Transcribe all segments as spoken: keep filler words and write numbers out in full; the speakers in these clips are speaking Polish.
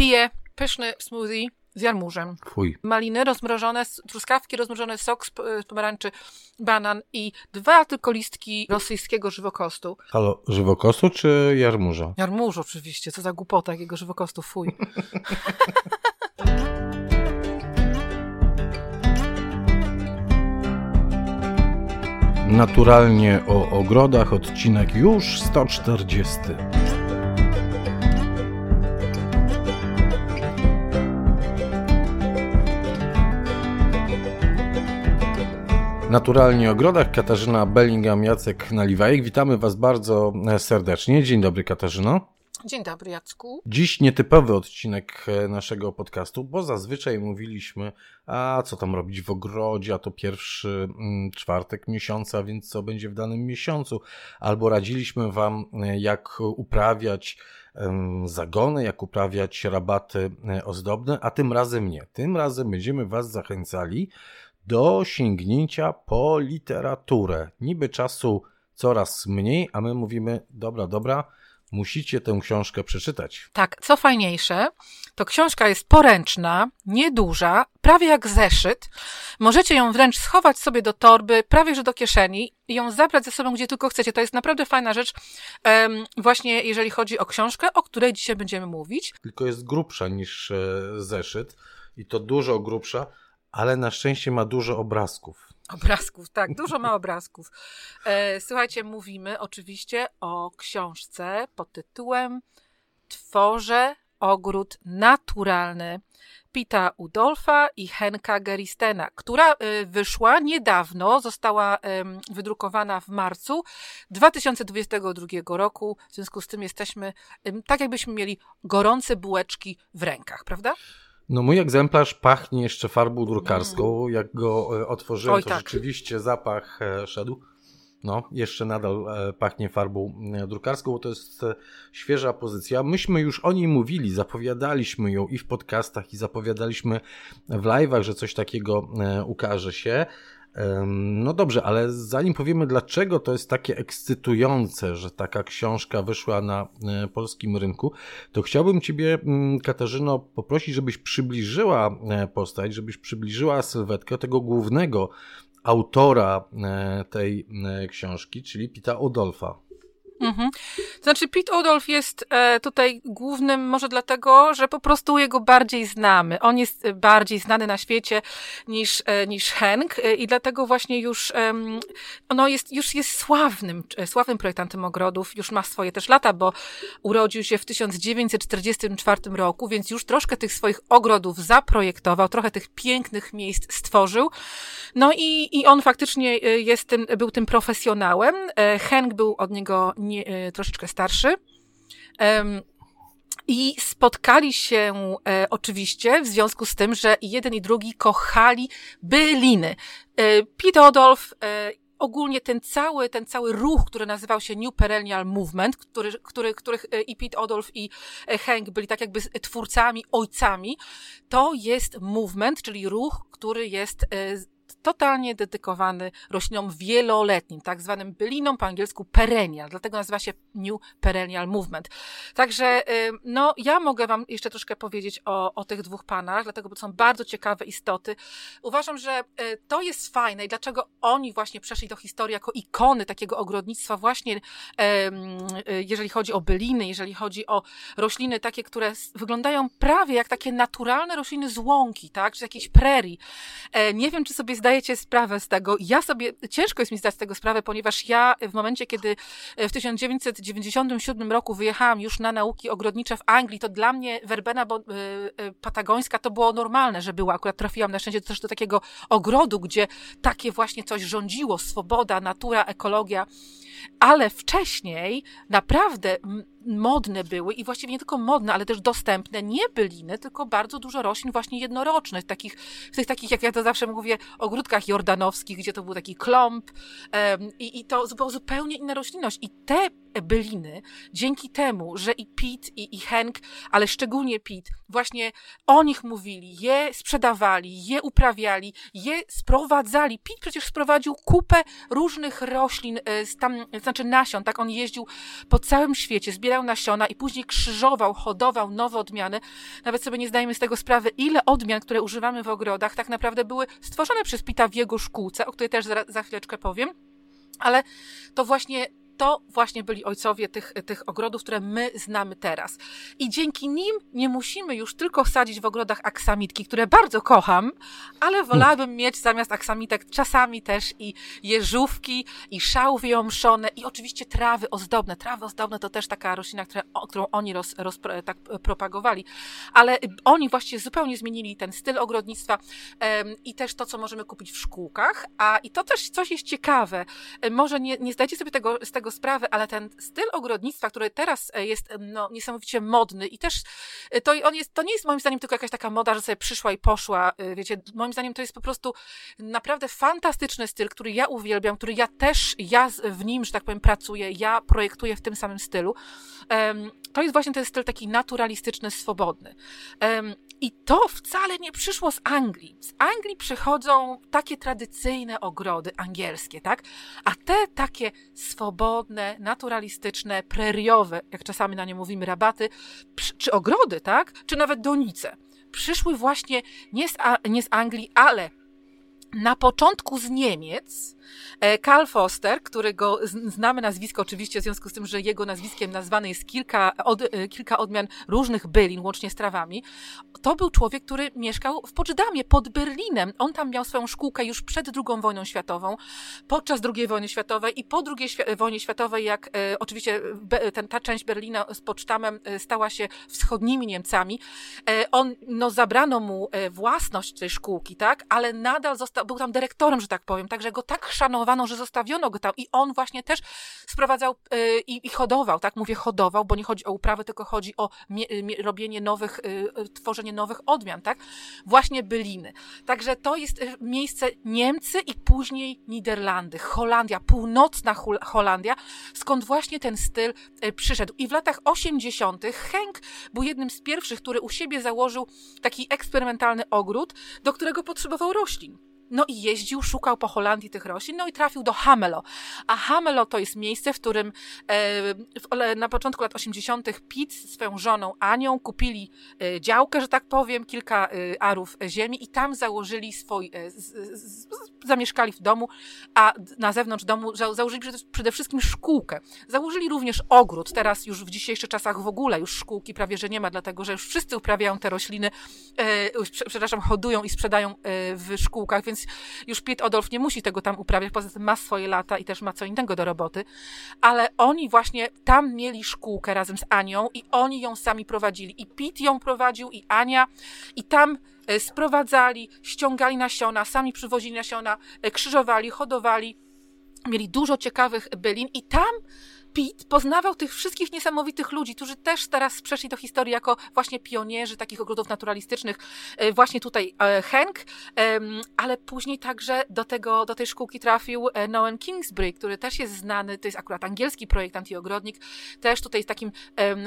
piję pyszny smoothie z jarmużem. Fuj. Maliny rozmrożone, truskawki rozmrożone, sok z pomarańczy, banan i dwa tylko listki rosyjskiego żywokostu. Halo, żywokostu czy jarmuża? Jarmuż oczywiście, co za głupota, jakiego żywokostu, fuj. Naturalnie o ogrodach, odcinek już sto czterdziesty. Naturalnie o ogrodach, Katarzyna Bellingham, Jacek Naliwajek. Witamy Was bardzo serdecznie. Dzień dobry, Katarzyno. Dzień dobry, Jacku. Dziś nietypowy odcinek naszego podcastu, bo zazwyczaj mówiliśmy, a co tam robić w ogrodzie, a to pierwszy czwartek miesiąca, więc co będzie w danym miesiącu. Albo radziliśmy Wam, jak uprawiać zagony, jak uprawiać rabaty ozdobne, a tym razem nie. Tym razem będziemy Was zachęcali do sięgnięcia po literaturę. Niby czasu coraz mniej, a my mówimy, dobra, dobra, musicie tę książkę przeczytać. Tak, co fajniejsze, to książka jest poręczna, nieduża, prawie jak zeszyt. Możecie ją wręcz schować sobie do torby, prawie że do kieszeni i ją zabrać ze sobą, gdzie tylko chcecie. To jest naprawdę fajna rzecz, um, właśnie jeżeli chodzi o książkę, o której dzisiaj będziemy mówić. Tylko jest grubsza niż e, zeszyt i to dużo grubsza, ale na szczęście ma dużo obrazków. Obrazków, tak, dużo ma obrazków. E, słuchajcie, mówimy oczywiście o książce pod tytułem Tworzę ogród naturalny Pita Udolfa i Henka Gerstena, która y, wyszła niedawno, została y, wydrukowana w marcu dwa tysiące dwudziestego drugiego roku. W związku z tym jesteśmy y, tak, jakbyśmy mieli gorące bułeczki w rękach, prawda? No mój egzemplarz pachnie jeszcze farbą drukarską. Mm. Jak go otworzyłem, Oj, to tak. Rzeczywiście zapach szedł. No, jeszcze nadal pachnie farbą drukarską, bo to jest świeża pozycja. Myśmy już o niej mówili, zapowiadaliśmy ją i w podcastach, i zapowiadaliśmy w live'ach, że coś takiego ukaże się. No dobrze, ale zanim powiemy, dlaczego to jest takie ekscytujące, że taka książka wyszła na polskim rynku, to chciałbym Ciebie, Katarzyno, poprosić, żebyś przybliżyła postać, żebyś przybliżyła sylwetkę tego głównego autora tej książki, czyli Pita Udolfa. Mhm. To znaczy Pete Udolf jest e, tutaj głównym może dlatego, że po prostu jego bardziej znamy. On jest bardziej znany na świecie niż, e, niż Henk e, i dlatego właśnie już e, ono jest, już jest sławnym, e, sławnym projektantem ogrodów, już ma swoje też lata, bo urodził się w tysiąc dziewięćset czterdziestym czwartym roku, więc już troszkę tych swoich ogrodów zaprojektował, trochę tych pięknych miejsc stworzył. No i, i on faktycznie jest tym, był tym profesjonałem. E, Henk był od niego Nie, troszeczkę starszy. Um, I spotkali się e, oczywiście w związku z tym, że jeden i drugi kochali byliny. E, Pete Udolf, e, ogólnie ten cały, ten cały ruch, który nazywał się New Perennial Movement, który, który, których i Pete Udolf i Henk byli tak jakby twórcami, ojcami, to jest movement, czyli ruch, który jest e, totalnie dedykowany roślinom wieloletnim, tak zwanym bylinom, po angielsku perennial, dlatego nazywa się New Perennial Movement. Także, no, ja mogę wam jeszcze troszkę powiedzieć o, o tych dwóch panach, dlatego, bo to są bardzo ciekawe istoty. Uważam, że to jest fajne i dlaczego oni właśnie przeszli do historii jako ikony takiego ogrodnictwa właśnie, jeżeli chodzi o byliny, jeżeli chodzi o rośliny takie, które wyglądają prawie jak takie naturalne rośliny z łąki, tak, czy z jakiejś prerii. Nie wiem, czy sobie zdajecie sprawę z tego. Ja sobie, ciężko jest mi zdać z tego sprawę, ponieważ ja w momencie, kiedy w tysiąc dziewięćset dziewięćdziesiątym siódmym roku wyjechałam już na nauki ogrodnicze w Anglii, to dla mnie werbena bo, y, y, patagońska to było normalne, że była. Akurat trafiłam na szczęście też do takiego ogrodu, gdzie takie właśnie coś rządziło, swoboda, natura, ekologia. Ale wcześniej naprawdę modne były i właściwie nie tylko modne, ale też dostępne nie byliny, tylko bardzo dużo roślin właśnie jednorocznych, takich, w tych takich, jak ja to zawsze mówię, ogródkach jordanowskich, gdzie to był taki klomp um, i, i to była zupełnie inna roślinność. I te byliny, dzięki temu, że i Pete, i, i Hank, ale szczególnie Pete, właśnie o nich mówili, je sprzedawali, je uprawiali, je sprowadzali. Pete przecież sprowadził kupę różnych roślin, tam, znaczy nasion, tak, on jeździł po całym świecie, zbierał nasiona i później krzyżował, hodował nowe odmiany. Nawet sobie nie zdajemy z tego sprawy, ile odmian, które używamy w ogrodach, tak naprawdę były stworzone przez Pita w jego szkółce, o której też za, za chwileczkę powiem. Ale to właśnie To właśnie byli ojcowie tych, tych ogrodów, które my znamy teraz. I dzięki nim nie musimy już tylko sadzić w ogrodach aksamitki, które bardzo kocham, ale wolałabym mieć zamiast aksamitek czasami też i jeżówki, i szałwie jąszone, i oczywiście trawy ozdobne. Trawy ozdobne to też taka roślina, która, którą oni roz, roz, tak propagowali. Ale oni właściwie zupełnie zmienili ten styl ogrodnictwa um, i też to, co możemy kupić w szkółkach. A i to też coś jest ciekawe. Może nie, nie zdajecie sobie tego, z tego sprawy, ale ten styl ogrodnictwa, który teraz jest no, niesamowicie modny i też to, on jest, to nie jest moim zdaniem tylko jakaś taka moda, że sobie przyszła i poszła, wiecie, moim zdaniem to jest po prostu naprawdę fantastyczny styl, który ja uwielbiam, który ja też, ja w nim, że tak powiem, pracuję, ja projektuję w tym samym stylu. Um, to jest właśnie ten styl taki naturalistyczny, swobodny. Um, I to wcale nie przyszło z Anglii. Z Anglii przychodzą takie tradycyjne ogrody angielskie, tak? A te takie swobodne, naturalistyczne, preriowe, jak czasami na nie mówimy, rabaty, czy ogrody, tak? Czy nawet donice. Przyszły właśnie nie z, nie z Anglii, ale na początku z Niemiec. Karl Foster, którego znamy nazwisko oczywiście w związku z tym, że jego nazwiskiem nazwane jest kilka, od, kilka odmian różnych bylin, łącznie z trawami. To był człowiek, który mieszkał w Poczdamie pod Berlinem. On tam miał swoją szkółkę już przed drugą wojną światową, podczas drugiej wojny światowej i po drugiej świ- wojnie światowej, jak e, oczywiście be, ten, ta część Berlina z Poczdamem e, stała się wschodnimi Niemcami. E, on, no zabrano mu e, własność tej szkółki, tak, ale nadal został, był tam dyrektorem, że tak powiem, także go tak szanowano, że zostawiono go tam i on właśnie też sprowadzał yy, i, i hodował, tak mówię hodował, bo nie chodzi o uprawę, tylko chodzi o mie, mie, robienie nowych, yy, tworzenie nowych odmian, tak? Właśnie byliny. Także to jest yy, miejsce Niemcy i później Niderlandy, Holandia, północna Hol- Holandia, skąd właśnie ten styl yy, przyszedł. I w latach osiemdziesiątych Henk był jednym z pierwszych, który u siebie założył taki eksperymentalny ogród, do którego potrzebował roślin. No i jeździł, szukał po Holandii tych roślin, no i trafił do Hamelo. A Hamelo to jest miejsce, w którym e, na początku lat osiemdziesiątych Pete z swoją żoną Anią kupili e, działkę, że tak powiem, kilka e, arów ziemi i tam założyli swój, e, z, z, zamieszkali w domu, a na zewnątrz domu za, założyli przede, przede wszystkim szkółkę. Założyli również ogród. Teraz już w dzisiejszych czasach w ogóle już szkółki prawie, że nie ma, dlatego że już wszyscy uprawiają te rośliny, e, przepraszam, hodują i sprzedają e, w szkółkach, więc już Pete Odolf nie musi tego tam uprawiać, poza tym ma swoje lata i też ma co innego do roboty, ale oni właśnie tam mieli szkółkę razem z Anią i oni ją sami prowadzili. I Pete ją prowadził, i Ania, i tam sprowadzali, ściągali nasiona, sami przywozili nasiona, krzyżowali, hodowali, mieli dużo ciekawych bylin i tam Pete poznawał tych wszystkich niesamowitych ludzi, którzy też teraz przeszli do historii jako właśnie pionierzy takich ogrodów naturalistycznych. Właśnie tutaj Hank, ale później także do tego, do tej szkółki trafił Noel Kingsbury, który też jest znany, to jest akurat angielski projektant i ogrodnik, też tutaj jest takim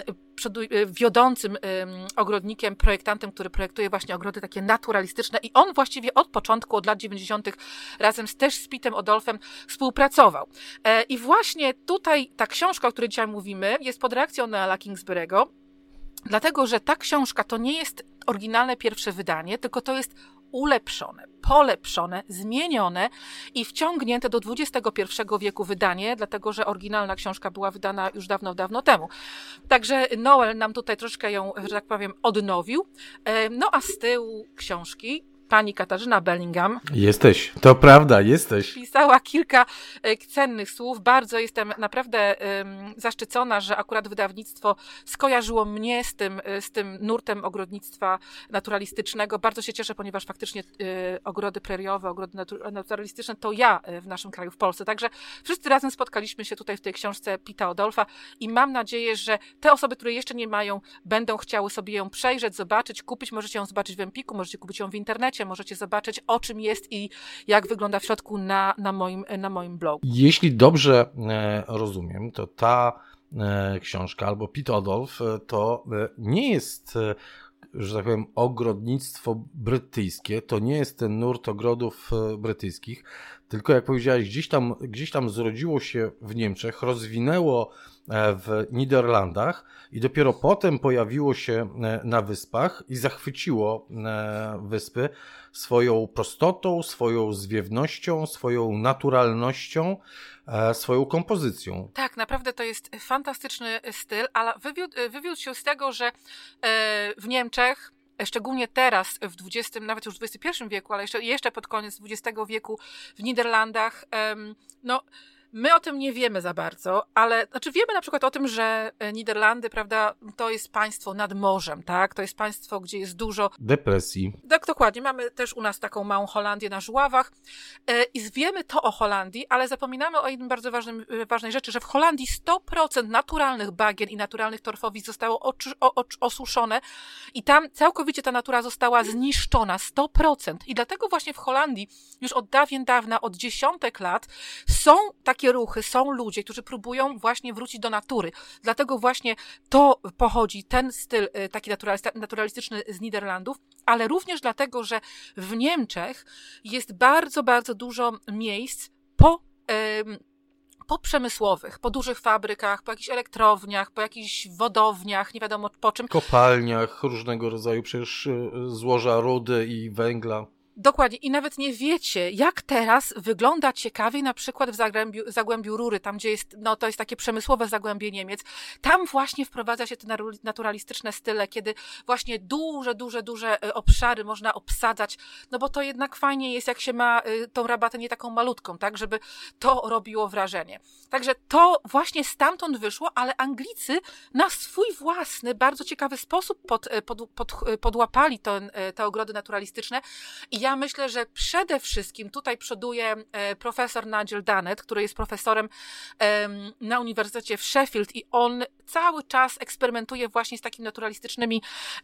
wiodącym ogrodnikiem, projektantem, który projektuje właśnie ogrody takie naturalistyczne i on właściwie od początku, od lat dziewięćdziesiątych razem z, też z Petem Odolfem współpracował. I właśnie tutaj ta książka, o której dzisiaj mówimy, jest pod reakcją Noela Kingsbury'ego, dlatego, że ta książka to nie jest oryginalne pierwsze wydanie, tylko to jest ulepszone, polepszone, zmienione i wciągnięte do dwudziestego pierwszego wieku wydanie, dlatego, że oryginalna książka była wydana już dawno, dawno temu. Także Noel nam tutaj troszkę ją, że tak powiem, odnowił. No a z tyłu książki pani Katarzyna Bellingham. Jesteś, to prawda, jesteś. Pisała kilka cennych słów. Bardzo jestem naprawdę um, zaszczycona, że akurat wydawnictwo skojarzyło mnie z tym, z tym nurtem ogrodnictwa naturalistycznego. Bardzo się cieszę, ponieważ faktycznie y, ogrody preriowe, ogrody natu- naturalistyczne to ja w naszym kraju, w Polsce. Także wszyscy razem spotkaliśmy się tutaj w tej książce Peta Odolfa i mam nadzieję, że te osoby, które jeszcze nie mają, będą chciały sobie ją przejrzeć, zobaczyć, kupić. Możecie ją zobaczyć w Empiku, możecie kupić ją w internecie, możecie zobaczyć, o czym jest i jak wygląda w środku na, na, moim, na moim blogu. Jeśli dobrze e, rozumiem, to ta książka, albo Pitt Odolf, to nie jest, że tak powiem, ogrodnictwo brytyjskie, to nie jest ten nurt ogrodów brytyjskich, tylko jak powiedziałeś, gdzieś tam, gdzieś tam zrodziło się w Niemczech, rozwinęło w Niderlandach i dopiero potem pojawiło się na wyspach i zachwyciło wyspy swoją prostotą, swoją zwiewnością, swoją naturalnością, swoją kompozycją. Tak, naprawdę to jest fantastyczny styl, ale wywiódł, wywiódł się z tego, że w Niemczech, szczególnie teraz w dwudziestym, nawet już w dwudziestym pierwszym wieku, ale jeszcze, jeszcze pod koniec dwudziestego wieku w Niderlandach, no my o tym nie wiemy za bardzo, ale znaczy wiemy na przykład o tym, że Niderlandy, prawda, to jest państwo nad morzem, tak? To jest państwo, gdzie jest dużo depresji. Tak, dokładnie. Mamy też u nas taką małą Holandię na Żuławach i wiemy to o Holandii, ale zapominamy o jednym bardzo ważnym, ważnej rzeczy, że w Holandii sto procent naturalnych bagien i naturalnych torfowisk zostało oczy, o, o, osuszone i tam całkowicie ta natura została zniszczona, sto procent. I dlatego właśnie w Holandii już od dawien dawna, od dziesiątek lat są takie takie ruchy, są ludzie, którzy próbują właśnie wrócić do natury. Dlatego właśnie to pochodzi, ten styl taki naturalistyczny z Niderlandów, ale również dlatego, że w Niemczech jest bardzo, bardzo dużo miejsc po po przemysłowych, po dużych fabrykach, po jakichś elektrowniach, po jakichś wodowniach, nie wiadomo po czym. Kopalniach różnego rodzaju, przecież złoża rudy i węgla. Dokładnie. I nawet nie wiecie, jak teraz wygląda ciekawie na przykład w Zagłębiu, Zagłębiu Rury, tam gdzie jest, no to jest takie przemysłowe Zagłębie Niemiec. Tam właśnie wprowadza się te naturalistyczne style, kiedy właśnie duże, duże, duże obszary można obsadzać, no bo to jednak fajnie jest, jak się ma tą rabatę nie taką malutką, tak, żeby to robiło wrażenie. Także to właśnie stamtąd wyszło, ale Anglicy na swój własny, bardzo ciekawy sposób pod, pod, pod, podłapali ten, te ogrody naturalistyczne i ja Ja myślę, że przede wszystkim tutaj przoduje profesor Nigel Dunnett, który jest profesorem na Uniwersytecie w Sheffield i on cały czas eksperymentuje właśnie z takimi naturalistycznymi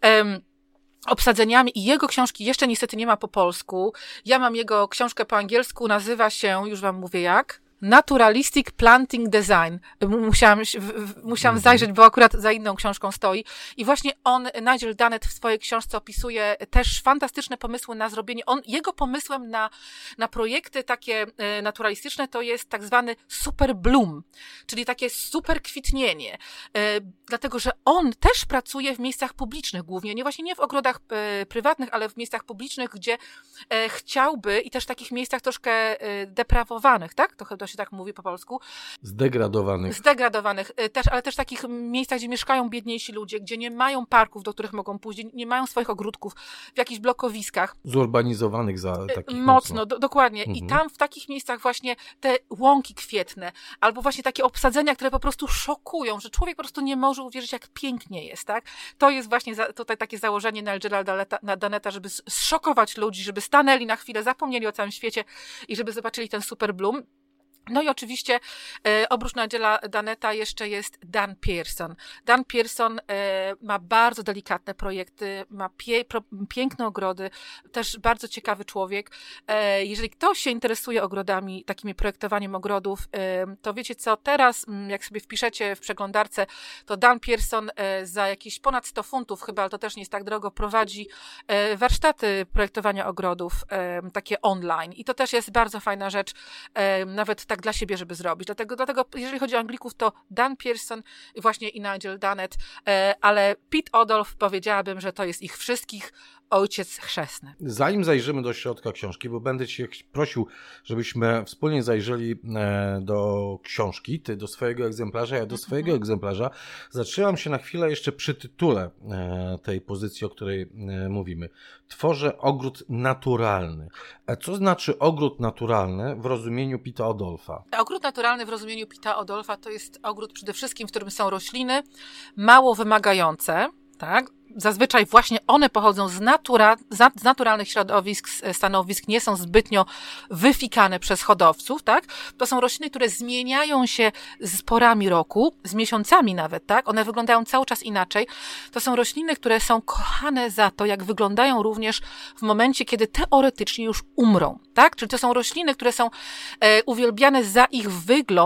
obsadzeniami i jego książki jeszcze niestety nie ma po polsku. Ja mam jego książkę po angielsku, nazywa się, już wam mówię jak, Naturalistic Planting Design. Musiałam, musiałam zajrzeć, bo akurat za inną książką stoi. I właśnie on, Nigel Dunnett w swojej książce opisuje też fantastyczne pomysły na zrobienie. On, jego pomysłem na, na projekty takie naturalistyczne to jest tak zwany super bloom, czyli takie super kwitnienie. Dlatego, że on też pracuje w miejscach publicznych głównie, nie właśnie nie w ogrodach prywatnych, ale w miejscach publicznych, gdzie chciałby i też takich miejscach troszkę deprawowanych, tak? To chyba się tak mówi po polsku. Zdegradowanych. Zdegradowanych, też, ale też takich miejscach, gdzie mieszkają biedniejsi ludzie, gdzie nie mają parków, do których mogą pójść, nie mają swoich ogródków, w jakichś blokowiskach. Zurbanizowanych za takich mocno. Mocno, do, dokładnie. Mhm. I tam w takich miejscach właśnie te łąki kwietne, albo właśnie takie obsadzenia, które po prostu szokują, że człowiek po prostu nie może uwierzyć, jak pięknie jest, tak? To jest właśnie za, tutaj takie założenie Nigela Dunnetta, żeby zszokować ludzi, żeby stanęli na chwilę, zapomnieli o całym świecie i żeby zobaczyli ten super bloom. No i oczywiście e, oprócz Nigela Dunnetta jeszcze jest Dan Pearson. Dan Pearson e, ma bardzo delikatne projekty, ma pie, pro, piękne ogrody, też bardzo ciekawy człowiek. E, jeżeli ktoś się interesuje ogrodami, takimi projektowaniem ogrodów, e, to wiecie co, teraz jak sobie wpiszecie w przeglądarce, to Dan Pearson e, za jakieś ponad sto funtów, chyba, ale to też nie jest tak drogo, prowadzi e, warsztaty projektowania ogrodów, e, takie online. I to też jest bardzo fajna rzecz, e, nawet tak dla siebie, żeby zrobić. Dlatego, dlatego jeżeli chodzi o Anglików, to Dan Pearson właśnie i Nigel Dunnett, e, ale Pitt Odolf powiedziałabym, że to jest ich wszystkich ojciec chrzestny. Zanim zajrzymy do środka książki, bo będę cię prosił, żebyśmy wspólnie zajrzeli e, do książki, ty do swojego egzemplarza, ja do swojego mm-hmm. egzemplarza, zatrzymam się na chwilę jeszcze przy tytule e, tej pozycji, o której e, mówimy. Tworzę ogród naturalny. A co znaczy ogród naturalny w rozumieniu Pitta Odolfa? Ogród naturalny w rozumieniu Pitta Odolfa to jest ogród przede wszystkim, w którym są rośliny mało wymagające, tak? Zazwyczaj właśnie one pochodzą z, natura, z naturalnych środowisk, stanowisk, nie są zbytnio wyfikane przez hodowców, tak? To są rośliny, które zmieniają się z porami roku, z miesiącami nawet, tak? One wyglądają cały czas inaczej. To są rośliny, które są kochane za to, jak wyglądają również w momencie, kiedy teoretycznie już umrą, tak? Czyli to są rośliny, które są e, uwielbiane za ich wygląd,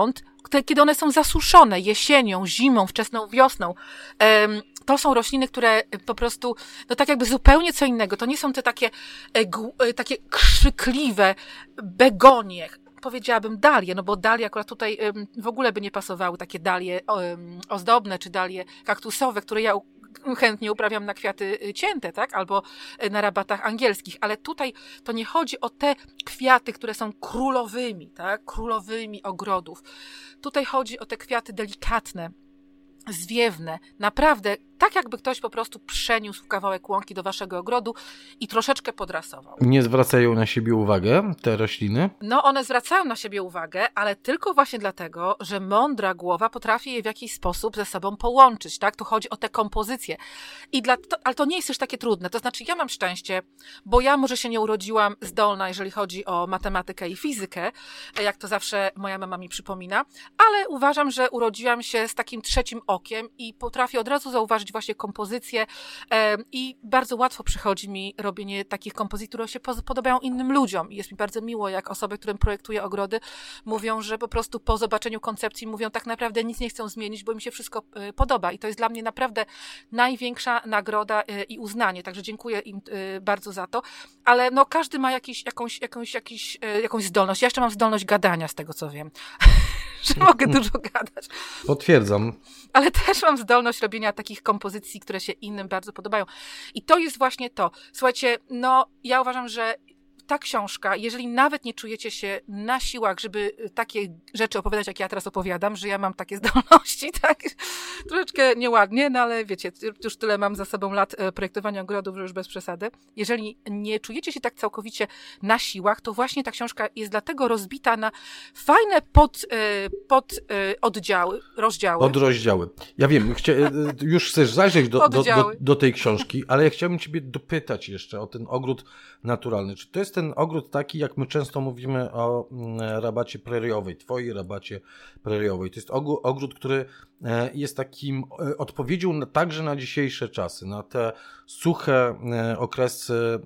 kiedy one są zasuszone jesienią, zimą, wczesną wiosną. To są rośliny, które po prostu, no tak jakby zupełnie co innego. To nie są te takie, takie krzykliwe begonie, powiedziałabym dalie, no bo dalie akurat tutaj w ogóle by nie pasowały, takie dalie ozdobne, czy dalie kaktusowe, które ja chętnie uprawiam na kwiaty cięte, tak? Albo na rabatach angielskich, ale tutaj to nie chodzi o te kwiaty, które są królowymi, tak? Królowymi ogrodów. Tutaj chodzi o te kwiaty delikatne, zwiewne, naprawdę tak jakby ktoś po prostu przeniósł kawałek łąki do waszego ogrodu i troszeczkę podrasował. Nie zwracają na siebie uwagę te rośliny? No one zwracają na siebie uwagę, ale tylko właśnie dlatego, że mądra głowa potrafi je w jakiś sposób ze sobą połączyć, tak? Tu chodzi o tę kompozycję. I dla, to, ale to nie jest już takie trudne, to znaczy ja mam szczęście, bo ja może się nie urodziłam zdolna, jeżeli chodzi o matematykę i fizykę, jak to zawsze moja mama mi przypomina, ale uważam, że urodziłam się z takim trzecim okiem i potrafię od razu zauważyć właśnie kompozycję e, i bardzo łatwo przychodzi mi robienie takich kompozycji, które się podobają innym ludziom. I jest mi bardzo miło, jak osoby, którym projektuję ogrody, mówią, że po prostu po zobaczeniu koncepcji mówią, tak naprawdę nic nie chcą zmienić, bo mi się wszystko e, podoba. I to jest dla mnie naprawdę największa nagroda e, i uznanie. Także dziękuję im e, bardzo za to. Ale no każdy ma jakiś, jakąś, jakąś, jakiś, e, jakąś zdolność. Ja jeszcze mam zdolność gadania, z tego co wiem. Że mogę dużo gadać. Potwierdzam. Ale też mam zdolność robienia takich kompozycji, które się innym bardzo podobają. I to jest właśnie to. Słuchajcie, no ja uważam, że ta książka, jeżeli nawet nie czujecie się na siłach, żeby takie rzeczy opowiadać, jak ja teraz opowiadam, że ja mam takie zdolności, tak? Troszeczkę nieładnie, no ale wiecie, już tyle mam za sobą lat projektowania ogrodów, że już bez przesady. Jeżeli nie czujecie się tak całkowicie na siłach, to właśnie ta książka jest dlatego rozbita na fajne pod, pod oddziały, rozdziały. Podrozdziały. Ja wiem, chcia, już chcesz zajrzeć do, do, do, do tej książki, ale ja chciałbym ciebie dopytać jeszcze o ten ogród naturalny. Czy to jest ten ogród taki, jak my często mówimy o rabacie preriowej, twojej rabacie preriowej? To jest ogród, który jest takim odpowiedzią na, także na dzisiejsze czasy, na te suche okresy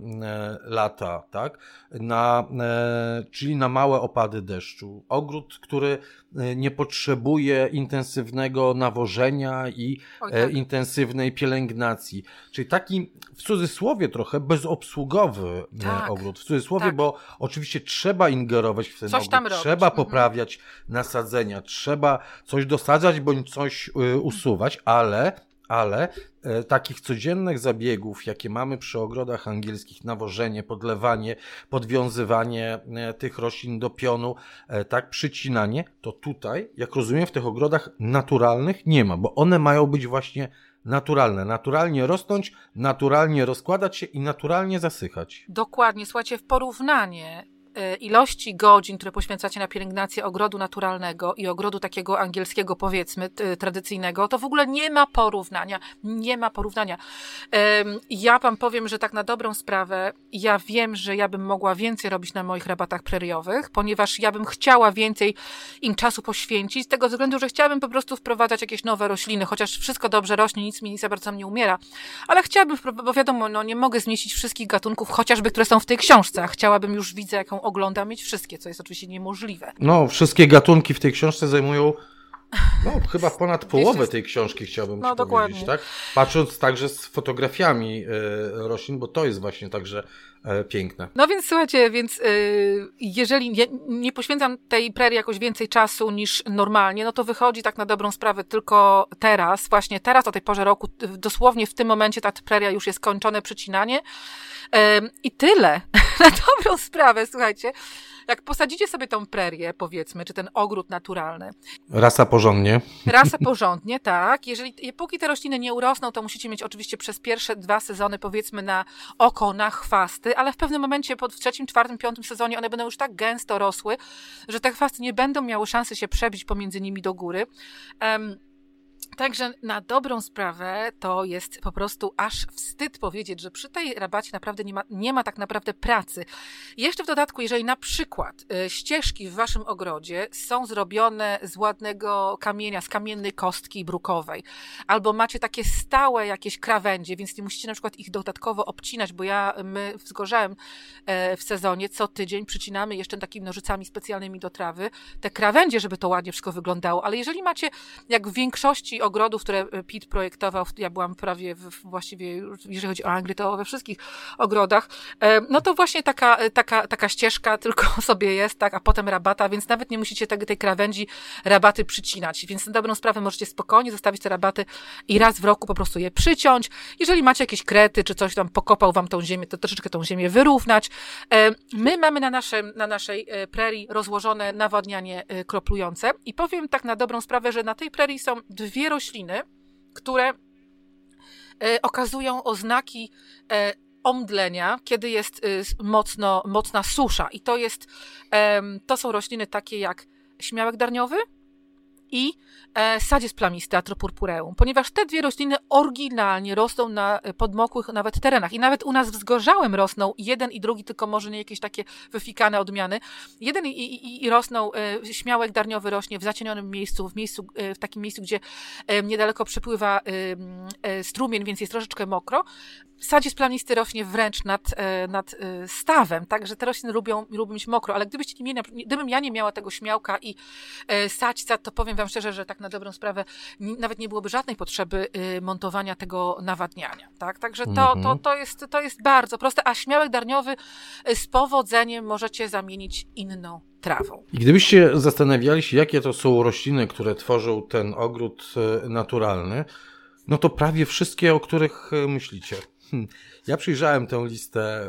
lata, tak? Na, czyli na małe opady deszczu. Ogród, który nie potrzebuje intensywnego nawożenia i Oj, tak. intensywnej pielęgnacji. Czyli taki w cudzysłowie trochę bezobsługowy tak. ogród. W cudzysłowie, tak. bo oczywiście trzeba ingerować w ten coś ogród, tam trzeba robić. poprawiać mhm. nasadzenia, trzeba coś dosadzać bądź coś y, usuwać, ale ale e, takich codziennych zabiegów, jakie mamy przy ogrodach angielskich, nawożenie, podlewanie, podwiązywanie e, tych roślin do pionu, e, tak, przycinanie, to tutaj, jak rozumiem, w tych ogrodach naturalnych nie ma, bo one mają być właśnie naturalne, naturalnie rosnąć, naturalnie rozkładać się i naturalnie zasychać. Dokładnie, słuchajcie, w porównanie ilości godzin, które poświęcacie na pielęgnację ogrodu naturalnego i ogrodu takiego angielskiego, powiedzmy, t- tradycyjnego, to w ogóle nie ma porównania. Nie ma porównania. Um, ja wam powiem, że tak na dobrą sprawę, ja wiem, że ja bym mogła więcej robić na moich rabatach preriowych, ponieważ ja bym chciała więcej im czasu poświęcić, z tego względu, że chciałabym po prostu wprowadzać jakieś nowe rośliny, chociaż wszystko dobrze rośnie, nic mi nic za bardzo nie umiera, ale chciałabym, bo wiadomo, no nie mogę zmieścić wszystkich gatunków, chociażby, które są w tej książce, a chciałabym już, widzę, jaką oglądam, mieć wszystkie, co jest oczywiście niemożliwe. No, wszystkie gatunki w tej książce zajmują no, chyba ponad połowę tej książki, chciałbym no, ci dokładnie. powiedzieć, tak? Patrząc także z fotografiami y, roślin, bo to jest właśnie także y, piękne. No więc słuchajcie, więc y, jeżeli nie, nie poświęcam tej prerii jakoś więcej czasu niż normalnie, no to wychodzi tak na dobrą sprawę tylko teraz, właśnie teraz o tej porze roku, dosłownie w tym momencie ta preria już jest kończone przecinanie y, i tyle. Na dobrą sprawę, słuchajcie, jak posadzicie sobie tą prerię, powiedzmy, czy ten ogród naturalny. Rasa porządnie. Rasa porządnie, tak. Jeżeli, póki te rośliny nie urosną, to musicie mieć oczywiście przez pierwsze dwa sezony, powiedzmy, na oko, na chwasty, ale w pewnym momencie, po w trzecim, czwartym, piątym sezonie, one będą już tak gęsto rosły, że te chwasty nie będą miały szansy się przebić pomiędzy nimi do góry. Um, Także na dobrą sprawę to jest po prostu aż wstyd powiedzieć, że przy tej rabacie naprawdę nie ma, nie ma tak naprawdę pracy. Jeszcze w dodatku, jeżeli na przykład y, ścieżki w waszym ogrodzie są zrobione z ładnego kamienia, z kamiennej kostki brukowej, albo macie takie stałe jakieś krawędzie, więc nie musicie na przykład ich dodatkowo obcinać, bo ja, my z Gorzałem e, w sezonie co tydzień przycinamy jeszcze takimi nożycami specjalnymi do trawy te krawędzie, żeby to ładnie wszystko wyglądało, ale jeżeli macie, jak w większości ogrodów, które Pete projektował, ja byłam prawie w, właściwie, jeżeli chodzi o Anglię, to we wszystkich ogrodach, no to właśnie taka, taka, taka ścieżka tylko sobie jest, tak, a potem rabata, więc nawet nie musicie tej, tej krawędzi rabaty przycinać, więc na dobrą sprawę możecie spokojnie zostawić te rabaty i raz w roku po prostu je przyciąć. Jeżeli macie jakieś krety, czy coś tam pokopał wam tą ziemię, to troszeczkę tą ziemię wyrównać. My mamy na, naszym, na naszej prerii rozłożone nawadnianie kroplujące i powiem tak na dobrą sprawę, że na tej prerii są dwie rośliny, które e, okazują oznaki e, omdlenia, kiedy jest e, mocno, mocna susza. I to jest, e, to są rośliny takie jak śmiałek darniowy i e, sadziec plamisty, Atropurpureum, ponieważ te dwie rośliny oryginalnie rosną na podmokłych nawet terenach i nawet u nas w Zgorzałem rosną jeden i drugi, tylko może nie jakieś takie wyfikane odmiany. Jeden i, i, i rosną, e, śmiałek darniowy rośnie w zacienionym miejscu, w miejscu, e, w takim miejscu, gdzie e, niedaleko przepływa e, e, strumień, więc jest troszeczkę mokro. Sadziec plamisty rośnie wręcz nad, e, nad e, stawem, także te rośliny lubią, lubią mieć mokro, ale gdybyście nie mieli, gdybym ja nie miała tego śmiałka i e, sadzca, to powiem wam szczerze, że tak na dobrą sprawę n- nawet nie byłoby żadnej potrzeby y, montowania tego nawadniania, tak? Także to, mm-hmm. to, to, jest, to jest bardzo proste, a śmiałek darniowy y, z powodzeniem możecie zamienić inną trawą. I gdybyście zastanawiali się, jakie to są rośliny, które tworzą ten ogród y, naturalny, no to prawie wszystkie, o których y, myślicie. Hm. Ja przyjrzałem tę listę y,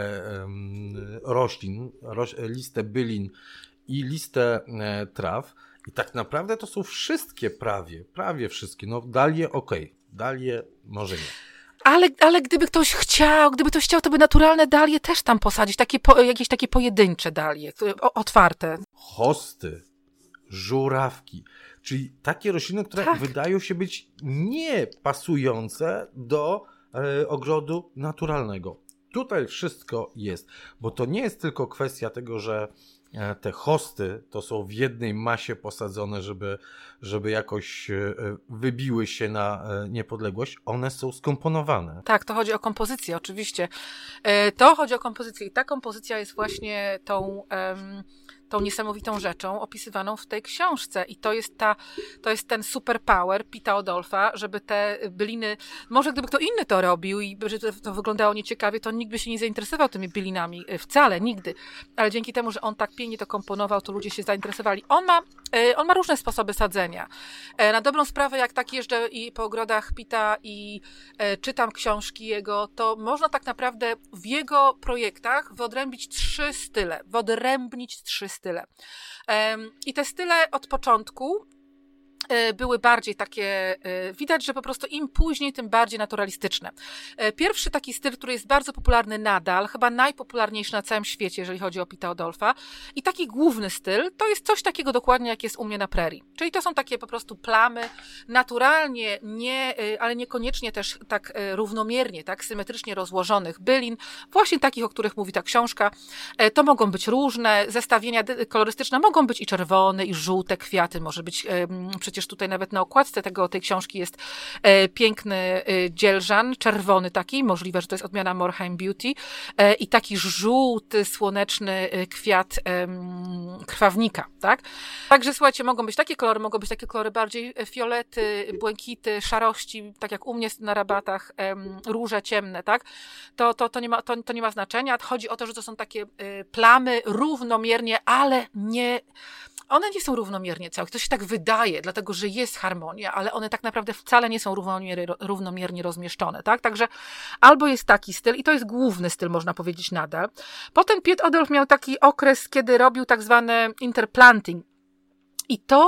y, roślin, roś, listę bylin i listę y, traw. I tak naprawdę to są wszystkie prawie, prawie wszystkie. No dalie okej, okay. Dalie może nie. Ale, ale gdyby ktoś chciał, gdyby ktoś chciał, to by naturalne dalie też tam posadzić. Takie po, jakieś takie pojedyncze dalie, o, otwarte. Hosty, żurawki, czyli takie rośliny, które tak. wydają się być nie pasujące do e, ogrodu naturalnego. Tutaj wszystko jest, bo to nie jest tylko kwestia tego, że te hosty to są w jednej masie posadzone, żeby, żeby jakoś wybiły się na niepodległość. One są skomponowane. Tak, to chodzi o kompozycję, oczywiście. To chodzi o kompozycję i ta kompozycja jest właśnie tą... Um... tą niesamowitą rzeczą opisywaną w tej książce. I to jest ta, to jest ten superpower Pita Odolfa, żeby te byliny, może gdyby kto inny to robił i żeby to wyglądało nieciekawie, to nikt by się nie zainteresował tymi bylinami. Wcale, nigdy. Ale dzięki temu, że on tak pięknie to komponował, to ludzie się zainteresowali. On ma, on ma różne sposoby sadzenia. Na dobrą sprawę, jak tak jeżdżę i po ogrodach Pita i czytam książki jego, to można tak naprawdę w jego projektach wyodrębnić trzy style. Wyodrębnić trzy style. I te style od początku były bardziej takie, widać, że po prostu im później, tym bardziej naturalistyczne. Pierwszy taki styl, który jest bardzo popularny nadal, chyba najpopularniejszy na całym świecie, jeżeli chodzi o Pita Odolfa, i taki główny styl, to jest coś takiego dokładnie, jak jest u mnie na prerii. Czyli to są takie po prostu plamy, naturalnie, nie, ale niekoniecznie też tak równomiernie, tak symetrycznie rozłożonych bylin, właśnie takich, o których mówi ta książka. To mogą być różne zestawienia kolorystyczne, mogą być i czerwone, i żółte kwiaty, może być przecież Przecież tutaj nawet na okładce tego, tej książki jest e, piękny e, dzielżan, czerwony taki, możliwe, że to jest odmiana Morheim Beauty e, i taki żółty, słoneczny kwiat e, krwawnika, tak? Także słuchajcie, mogą być takie kolory, mogą być takie kolory bardziej fiolety, błękity, szarości, tak jak u mnie na rabatach, e, róże ciemne, tak? To, to, to, nie ma, to, to nie ma znaczenia. Chodzi o to, że to są takie e, plamy równomiernie, ale nie... One nie są równomiernie całe. To się tak wydaje, dlatego że jest harmonia, ale one tak naprawdę wcale nie są równomiernie, równomiernie rozmieszczone, tak? Także albo jest taki styl i to jest główny styl, można powiedzieć nadal. Potem Pete Odolf miał taki okres, kiedy robił tak zwany interplanting. I to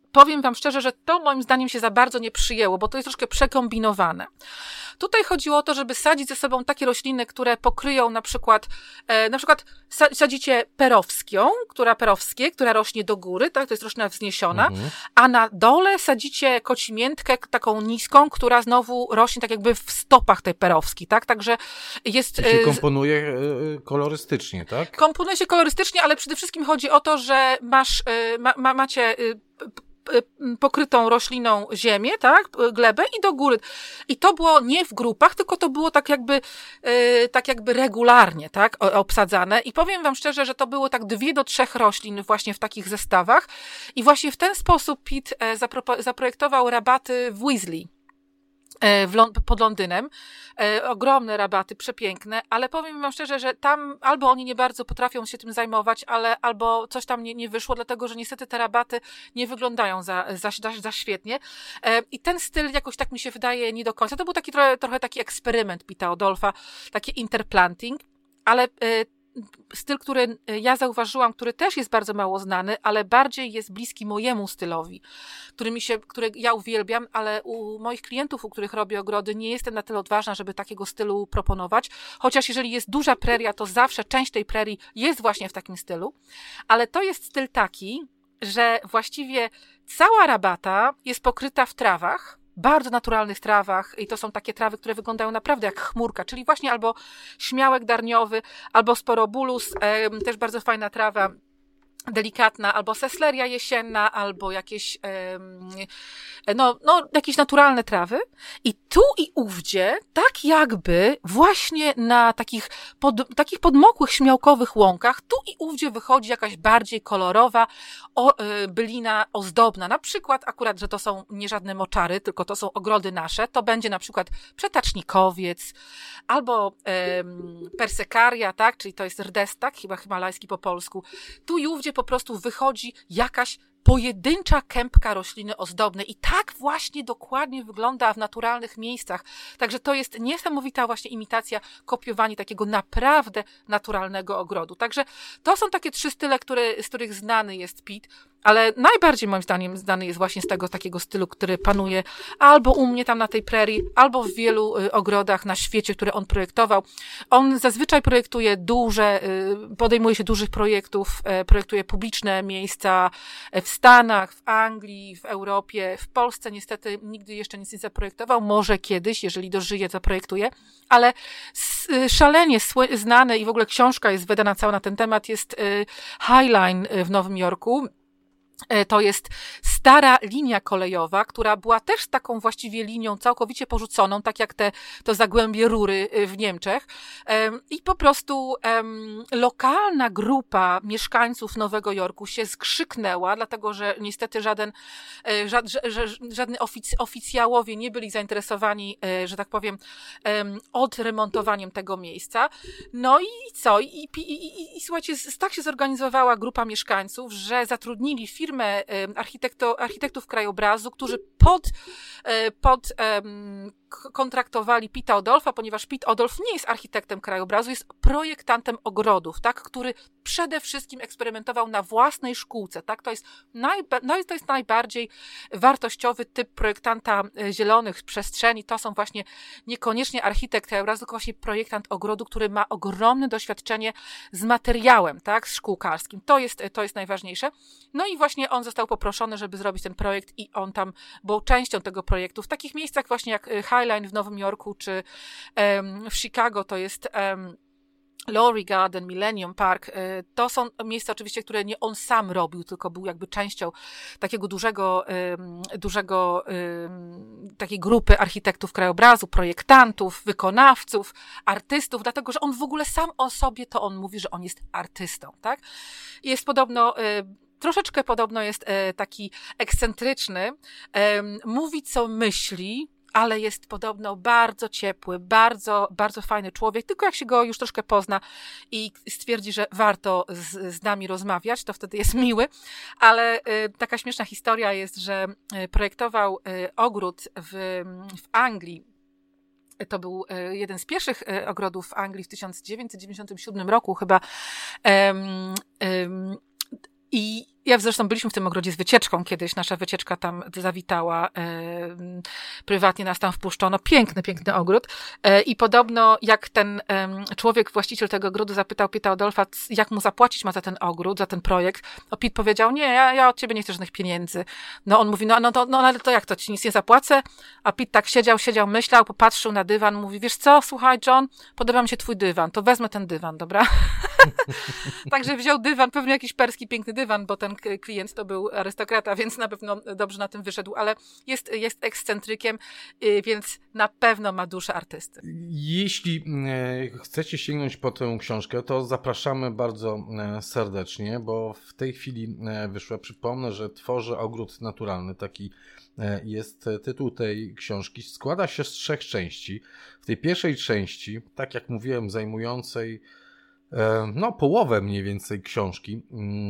powiem wam szczerze, że to moim zdaniem się za bardzo nie przyjęło, bo to jest troszkę przekombinowane. Tutaj chodziło o to, żeby sadzić ze sobą takie rośliny, które pokryją na przykład, e, na przykład sadzicie perowską, która perowskie, która rośnie do góry, tak, to jest roślina wzniesiona, mhm. a na dole sadzicie kocimiętkę taką niską, która znowu rośnie tak jakby w stopach tej perowskiej, tak, także jest... I się komponuje e, kolorystycznie, tak? Komponuje się kolorystycznie, ale przede wszystkim chodzi o to, że masz, e, ma, ma, macie... E, pokrytą rośliną ziemię, tak, glebę i do góry. I to było nie w grupach, tylko to było tak jakby, yy, tak jakby regularnie, tak, obsadzane. I powiem wam szczerze, że to było tak dwie do trzech roślin właśnie w takich zestawach. I właśnie w ten sposób Pitt zapro- zaprojektował rabaty w Weasley. W Lond- pod Londynem. E, ogromne rabaty, przepiękne, ale powiem wam szczerze, że tam albo oni nie bardzo potrafią się tym zajmować, ale albo coś tam nie, nie wyszło, dlatego że niestety te rabaty nie wyglądają za, za, za, za świetnie. E, I ten styl jakoś tak mi się wydaje nie do końca. To był taki trochę, trochę taki eksperyment Pitta Odolfa, taki interplanting, ale e, styl, który ja zauważyłam, który też jest bardzo mało znany, ale bardziej jest bliski mojemu stylowi, który mi się, który ja uwielbiam, ale u moich klientów, u których robię ogrody, nie jestem na tyle odważna, żeby takiego stylu proponować, chociaż jeżeli jest duża preria, to zawsze część tej prerii jest właśnie w takim stylu, ale to jest styl taki, że właściwie cała rabata jest pokryta w trawach, bardzo naturalnych trawach i to są takie trawy, które wyglądają naprawdę jak chmurka, czyli właśnie albo śmiałek darniowy, albo sporobulus, e, też bardzo fajna trawa, delikatna, albo sesleria jesienna, albo jakieś, e, no, no, jakieś naturalne trawy. I tu i ówdzie, tak jakby właśnie na takich, pod, takich podmokłych, śmiałkowych łąkach, tu i ówdzie wychodzi jakaś bardziej kolorowa o, e, bylina ozdobna. Na przykład akurat, że to są nie żadne moczary, tylko to są ogrody nasze, to będzie na przykład przetacznikowiec, albo e, persekaria, tak, czyli to jest rdestak, chyba himalajski po polsku. Tu i ówdzie po prostu wychodzi jakaś pojedyncza kępka rośliny ozdobnej i tak właśnie dokładnie wygląda w naturalnych miejscach. Także to jest niesamowita właśnie imitacja, kopiowanie takiego naprawdę naturalnego ogrodu. Także to są takie trzy style, które, z których znany jest Pitt, ale najbardziej moim zdaniem znany jest właśnie z tego takiego stylu, który panuje albo u mnie tam na tej prerii, albo w wielu y, ogrodach na świecie, które on projektował. On zazwyczaj projektuje duże, y, podejmuje się dużych projektów, y, projektuje publiczne miejsca w Stanach, w Anglii, w Europie, w Polsce niestety nigdy jeszcze nic nie zaprojektował, może kiedyś, jeżeli dożyje, zaprojektuje, ale s, y, szalenie sły, znany i w ogóle książka jest wydana cała na ten temat, jest y, Highline w Nowym Jorku. To jest stara linia kolejowa, która była też taką właściwie linią całkowicie porzuconą, tak jak te, to zagłębie Rury w Niemczech. I po prostu um, lokalna grupa mieszkańców Nowego Jorku się skrzyknęła, dlatego że niestety żaden, żad, żadni ofic, oficjałowie nie byli zainteresowani, że tak powiem, odremontowaniem tego miejsca. No i co? I, i, i, i, i słuchajcie, tak się zorganizowała grupa mieszkańców, że zatrudnili firmę firmę architekto, architektów krajobrazu, którzy pod, pod um, kontraktowali Pitta Odolfa, ponieważ Pitt Odolf nie jest architektem krajobrazu, jest projektantem ogrodów, tak, który przede wszystkim eksperymentował na własnej szkółce, tak, to jest, naj, no to jest najbardziej wartościowy typ projektanta zielonych przestrzeni, to są właśnie niekoniecznie architekt krajobrazu, tylko właśnie projektant ogrodu, który ma ogromne doświadczenie z materiałem, tak, z szkółkarskim, to jest, to jest najważniejsze. No i właśnie on został poproszony, żeby zrobić ten projekt i on tam był częścią tego projektu. W takich miejscach właśnie jak Highline w Nowym Jorku, czy um, w Chicago to jest um, Lowry Garden, Millennium Park, to są miejsca oczywiście, które nie on sam robił, tylko był jakby częścią takiego dużego, dużego takiej grupy architektów krajobrazu, projektantów, wykonawców, artystów, dlatego, że on w ogóle sam o sobie, to on mówi, że on jest artystą, tak? Jest podobno troszeczkę podobno jest taki ekscentryczny, mówi co myśli, ale jest podobno bardzo ciepły, bardzo, bardzo fajny człowiek, tylko jak się go już troszkę pozna i stwierdzi, że warto z, z nami rozmawiać, to wtedy jest miły, ale y, taka śmieszna historia jest, że y, projektował y, ogród w, w Anglii. To był jeden z pierwszych ogrodów w Anglii w tysiąc dziewięćset dziewięćdziesiątym siódmym roku chyba. Um, um, I Ja zresztą byliśmy w tym ogrodzie z wycieczką kiedyś, nasza wycieczka tam zawitała, e, prywatnie nas tam wpuszczono, piękny, piękny ogród e, i podobno jak ten e, człowiek, właściciel tego ogrodu zapytał Pita Odolfa, jak mu zapłacić ma za ten ogród, za ten projekt, o Pete powiedział, nie, ja, ja od ciebie nie chcę żadnych pieniędzy. No on mówi, no, no, to, no ale to jak to, ci nic nie zapłacę? A Pete tak siedział, siedział, myślał, popatrzył na dywan, mówi, wiesz co, słuchaj John, podoba mi się twój dywan, to wezmę ten dywan, dobra? Także wziął dywan, pewnie jakiś perski piękny dywan, bo ten klient to był arystokrata, więc na pewno dobrze na tym wyszedł, ale jest, jest ekscentrykiem, więc na pewno ma duszę artysty. Jeśli chcecie sięgnąć po tę książkę, to zapraszamy bardzo serdecznie, bo w tej chwili wyszła, przypomnę, że Tworzę ogród naturalny, taki jest tytuł tej książki. Składa się z trzech części. W tej pierwszej części, tak jak mówiłem, zajmującej no połowę mniej więcej książki,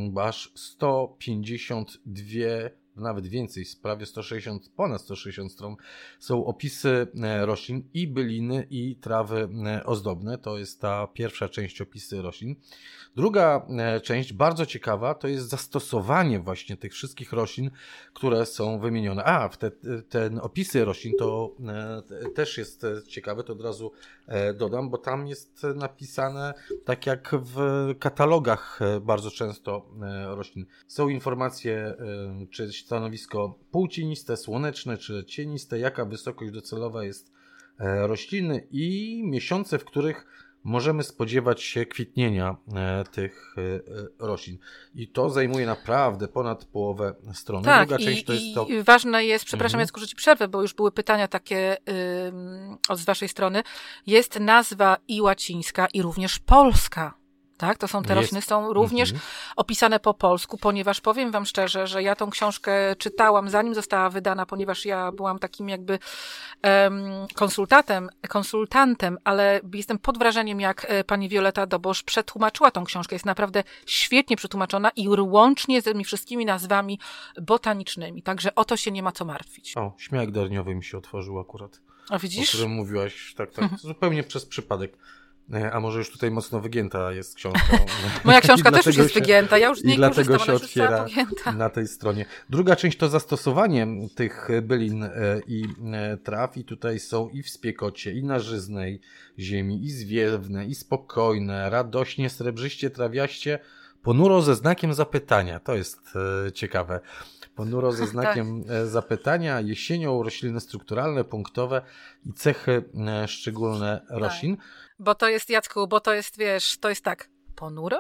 aż sto pięćdziesiąt dwie, nawet więcej, prawie sto sześćdziesiąt, ponad sto sześćdziesiąt stron, są opisy roślin i byliny, i trawy ozdobne. To jest ta pierwsza część, opisy roślin. Druga część, bardzo ciekawa, to jest zastosowanie właśnie tych wszystkich roślin, które są wymienione. A, te, ten opisy roślin to e, też jest ciekawe, to od razu e, dodam, bo tam jest napisane tak jak w katalogach bardzo często e, roślin. Są informacje, e, czy stanowisko półcieniste, słoneczne, czy cieniste, jaka wysokość docelowa jest e, rośliny i miesiące, w których możemy spodziewać się kwitnienia e, tych e, roślin. I to zajmuje naprawdę ponad połowę strony. Tak, Druga i, część to jest to... i ważne jest, przepraszam, mhm. Jacku, że ci przerwę, bo już były pytania takie ym, od z waszej strony. Jest nazwa i łacińska, i również polska. Tak, to są te Jest. rośliny, są również mhm. opisane po polsku, ponieważ powiem wam szczerze, że ja tą książkę czytałam zanim została wydana, ponieważ ja byłam takim jakby um, konsultantem, konsultantem, ale jestem pod wrażeniem, jak pani Violeta Dobosz przetłumaczyła tą książkę. Jest naprawdę świetnie przetłumaczona i łącznie z tymi wszystkimi nazwami botanicznymi. Także o to się nie ma co martwić. O, śmiałek darniowy mi się otworzył akurat. A widzisz? O którym mówiłaś, tak, tak, zupełnie przez przypadek. A może już tutaj mocno wygięta jest książka. Moja książka też już jest się, wygięta, ja już z niej I dlatego korzystam, się otwiera na tej stronie. Druga część to zastosowanie tych bylin i traw i tutaj są i w spiekocie, i na żyznej ziemi, i zwiewne, i spokojne, radośnie, srebrzyście, trawiaście, ponuro ze znakiem zapytania. To jest ciekawe. Ponuro ze znakiem tak. zapytania, jesienią, rośliny strukturalne, punktowe i cechy szczególne roślin. Tak. Bo to jest, Jacku, bo to jest, wiesz, to jest tak, ponuro?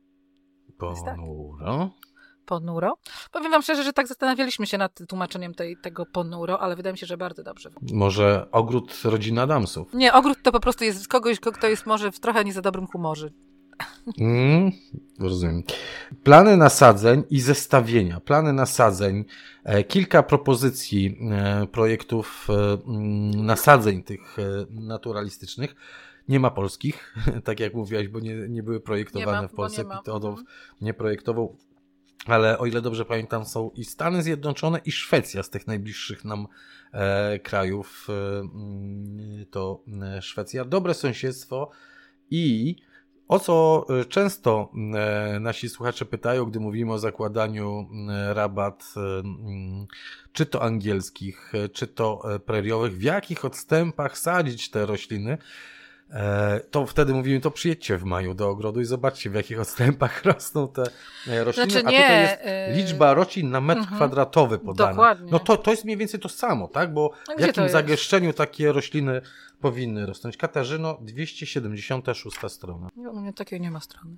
Ponuro? Ponuro? Powiem wam szczerze, że tak zastanawialiśmy się nad tłumaczeniem tej, tego ponuro, ale wydaje mi się, że bardzo dobrze. Może ogród rodziny Adamsów? Nie, ogród to po prostu jest kogoś, kto jest może w trochę nie za dobrym humorze. Mm, rozumiem. Plany nasadzeń i zestawienia. Plany nasadzeń, e, kilka propozycji e, projektów e, nasadzeń tych e, naturalistycznych. Nie ma polskich, tak jak mówiłaś, bo nie, nie były projektowane nie ma, w Polsce. Pete Odolf nie projektował, ale o ile dobrze pamiętam, są i Stany Zjednoczone, i Szwecja z tych najbliższych nam e, krajów. E, to Szwecja. Dobre sąsiedztwo i o co często nasi słuchacze pytają, gdy mówimy o zakładaniu rabat, czy to angielskich, czy to preriowych, w jakich odstępach sadzić te rośliny, to wtedy mówimy, to przyjedźcie w maju do ogrodu i zobaczcie, w jakich odstępach rosną te rośliny. Znaczy, a nie, tutaj jest liczba roślin na metr mm-hmm, kwadratowy podana. Dokładnie. No to, to jest mniej więcej to samo, tak? Bo w jakim zagęszczeniu takie rośliny powinny rosnąć? Katarzyno, dwieście siedemdziesiąta szósta strona. Nie, u mnie takiej nie ma strony.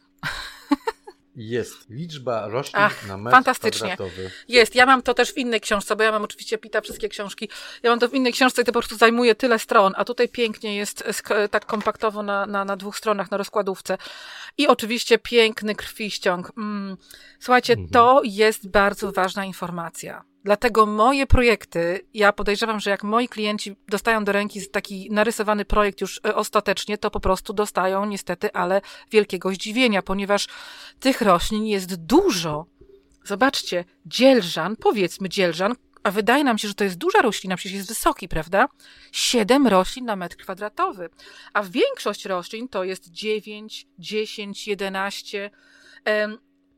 Jest liczba roślin Ach, na metr fantastycznie. kwadratowy. Jest. Ja mam to też w innej książce, bo ja mam oczywiście Pita wszystkie książki. Ja mam to w innej książce i to po prostu zajmuje tyle stron, a tutaj pięknie jest tak kompaktowo na, na, na dwóch stronach, na rozkładówce. I oczywiście piękny krwiściąg. Mm. Słuchajcie, mhm. to jest bardzo ważna informacja. Dlatego moje projekty, ja podejrzewam, że jak moi klienci dostają do ręki taki narysowany projekt już ostatecznie, to po prostu dostają niestety, ale wielkiego zdziwienia, ponieważ tych roślin jest dużo. Zobaczcie, dzielżan, powiedzmy dzielżan, a wydaje nam się, że to jest duża roślina, przecież jest wysoki, prawda? Siedem roślin na metr kwadratowy, a większość roślin to jest dziewięć, dziesięć, jedenaście.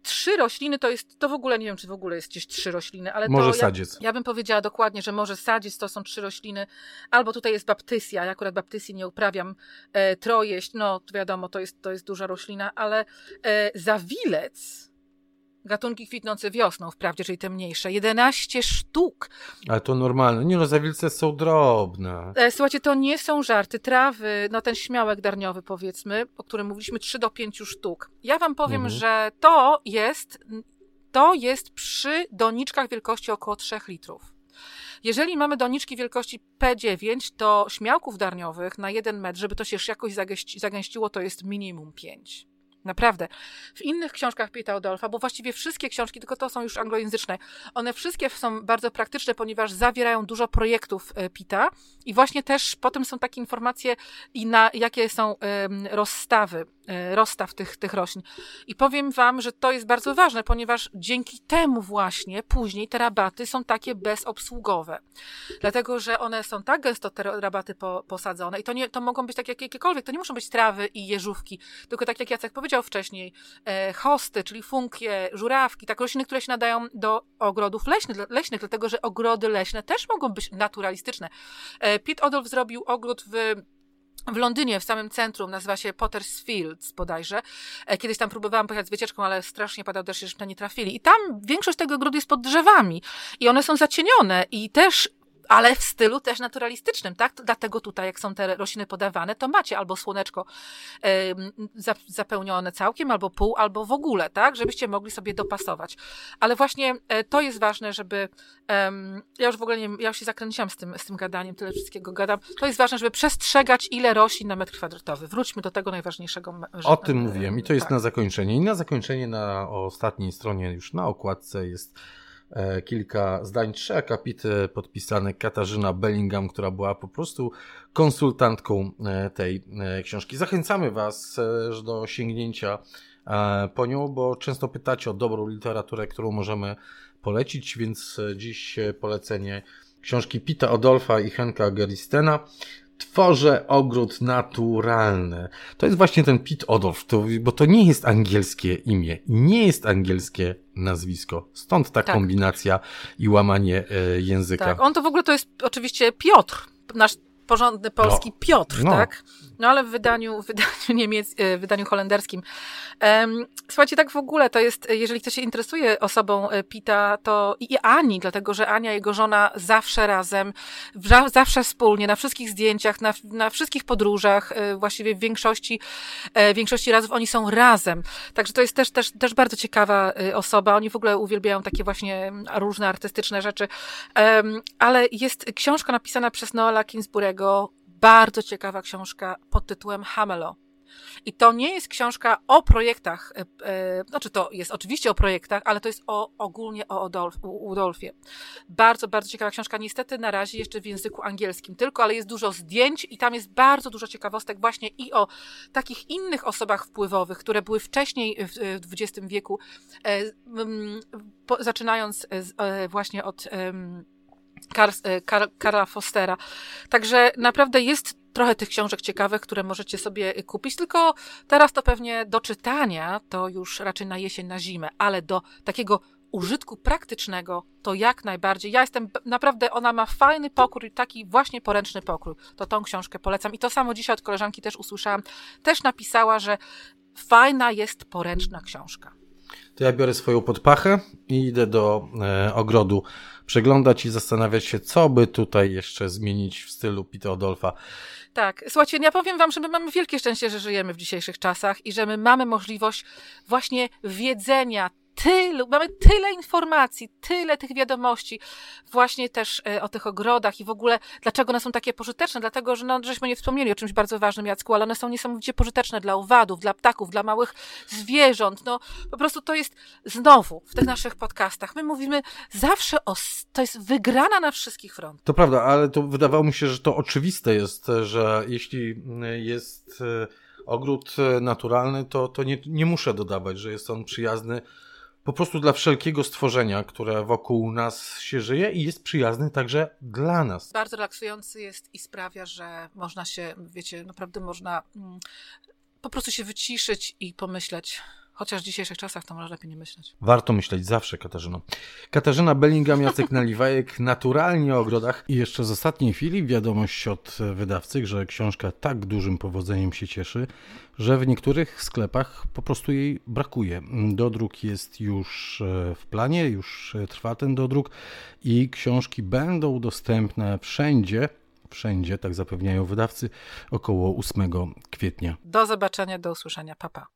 trzy rośliny to jest, to w ogóle nie wiem, czy w ogóle jest gdzieś trzy rośliny, ale może to sadziec. Ja, ja bym powiedziała dokładnie, że może sadziec to są trzy rośliny, albo tutaj jest baptysja, ja akurat baptysji nie uprawiam, e, trojeść, no wiadomo, to jest, to jest duża roślina, ale e, zawilec, gatunki kwitnące wiosną wprawdzie, czyli te mniejsze, jedenaście sztuk. Ale to normalne. Nie no, zawilce są drobne. E, słuchajcie, to nie są żarty. Trawy, no ten śmiałek darniowy powiedzmy, o którym mówiliśmy, trzy do pięciu sztuk. Ja wam powiem, Mhm. że to jest, to jest przy doniczkach wielkości około trzech litrów. Jeżeli mamy doniczki wielkości P dziewięć, to śmiałków darniowych na jeden metr, żeby to się jakoś zagęści, zagęściło, to jest minimum pięć. Naprawdę. W innych książkach Pita Odolfa, bo właściwie wszystkie książki, tylko to są już anglojęzyczne, one wszystkie są bardzo praktyczne, ponieważ zawierają dużo projektów Pita i właśnie też potem są takie informacje i na jakie są um, rozstawy, um, rozstaw tych, tych roślin. I powiem wam, że to jest bardzo ważne, ponieważ dzięki temu właśnie później te rabaty są takie bezobsługowe. Dlatego, że one są tak gęsto te rabaty po, posadzone i to, nie, to mogą być takie jakiekolwiek, to nie muszą być trawy i jeżówki, tylko tak jak Jacek powiedział wcześniej, e, hosty, czyli funkie, żurawki, tak rośliny, które się nadają do ogrodów leśnych, leśnych, dlatego, że ogrody leśne też mogą być naturalistyczne. E, Pete Odolf zrobił ogród w w Londynie, w samym centrum, nazywa się Potter's Fields bodajże. Kiedyś tam próbowałam pojechać z wycieczką, ale strasznie padał deszcz, żeśmy nie trafili. I tam większość tego ogrodu jest pod drzewami i one są zacienione i też, ale w stylu też naturalistycznym, tak? Dlatego tutaj, jak są te rośliny podawane, to macie albo słoneczko e, zapełnione całkiem, albo pół, albo w ogóle, tak? Żebyście mogli sobie dopasować. Ale właśnie e, to jest ważne, żeby e, ja już w ogóle nie, ja już się zakręciłam z tym, z tym gadaniem, tyle wszystkiego gadam. To jest ważne, żeby przestrzegać, ile roślin na metr kwadratowy. Wróćmy do tego najważniejszego. O tym e, mówiłem i to jest tak. na zakończenie. I na zakończenie na ostatniej stronie, już na okładce jest kilka zdań, trzy akapity podpisane Katarzyna Bellingham, która była po prostu konsultantką tej książki. Zachęcamy Was do sięgnięcia po nią, bo często pytacie o dobrą literaturę, którą możemy polecić, więc dziś polecenie książki Pita Odolfa i Henka Geristena. Tworzę ogród naturalny. To jest właśnie ten Pete Odolf, to, bo to nie jest angielskie imię, nie jest angielskie nazwisko. Stąd ta tak. kombinacja i łamanie e, języka. Tak, on to w ogóle to jest oczywiście Piotr, nasz porządny polski no. Piotr, no. tak? No ale w wydaniu, w wydaniu niemiec, w wydaniu holenderskim. Um, słuchajcie, tak w ogóle to jest, jeżeli ktoś się interesuje osobą Pita, to i Ani, dlatego że Ania, jego żona, zawsze razem, zawsze wspólnie, na wszystkich zdjęciach, na, na wszystkich podróżach, właściwie w większości, w większości razów oni są razem. Także to jest też, też, też bardzo ciekawa osoba. Oni w ogóle uwielbiają takie właśnie różne artystyczne rzeczy. Um, ale jest książka napisana przez Noela Kingsburego, bardzo ciekawa książka pod tytułem Hamelo. I to nie jest książka o projektach, e, znaczy to jest oczywiście o projektach, ale to jest o, ogólnie o Odolf, Udolfie. Bardzo, bardzo ciekawa książka. Niestety na razie jeszcze w języku angielskim tylko, ale jest dużo zdjęć i tam jest bardzo dużo ciekawostek właśnie i o takich innych osobach wpływowych, które były wcześniej w dwudziestym wieku, e, m, po, zaczynając e, właśnie od e, Kar, Kar, Karla Fostera. Także naprawdę jest trochę tych książek ciekawych, które możecie sobie kupić, tylko teraz to pewnie do czytania to już raczej na jesień, na zimę, ale do takiego użytku praktycznego to jak najbardziej. Ja jestem naprawdę, ona ma fajny pokrój, taki właśnie poręczny pokrój. To tą książkę polecam. I to samo dzisiaj od koleżanki też usłyszałam. Też napisała, że fajna jest poręczna książka. To ja biorę swoją podpachę i idę do e, ogrodu przeglądać i zastanawiać się, co by tutaj jeszcze zmienić w stylu Pita Odolfa. Tak, słuchajcie, ja powiem wam, że my mamy wielkie szczęście, że żyjemy w dzisiejszych czasach i że my mamy możliwość właśnie wiedzenia tylu, mamy tyle informacji, tyle tych wiadomości właśnie też e, o tych ogrodach i w ogóle dlaczego one są takie pożyteczne, dlatego, że no, żeśmy nie wspomnieli o czymś bardzo ważnym, Jacku, ale one są niesamowicie pożyteczne dla owadów, dla ptaków, dla małych zwierząt, no po prostu to jest znowu w tych naszych podcastach, my mówimy zawsze o, to jest wygrana na wszystkich frontach. To prawda, ale to wydawało mi się, że to oczywiste jest, że jeśli jest ogród naturalny, to, to nie, nie muszę dodawać, że jest on przyjazny po prostu dla wszelkiego stworzenia, które wokół nas się żyje i jest przyjazny także dla nas. Bardzo relaksujący jest i sprawia, że można się, wiecie, naprawdę można mm, po prostu się wyciszyć i pomyśleć, Chociaż w dzisiejszych czasach to może lepiej nie myśleć. Warto myśleć zawsze, Katarzyno. Katarzyna Bellingham, Jacek Naliwajek, Naturalnie o ogrodach. I jeszcze z ostatniej chwili wiadomość od wydawcy, że książka tak dużym powodzeniem się cieszy, że w niektórych sklepach po prostu jej brakuje. Dodruk jest już w planie, już trwa ten dodruk i książki będą dostępne wszędzie, wszędzie, tak zapewniają wydawcy, około ósmego kwietnia. Do zobaczenia, do usłyszenia. Pa, pa.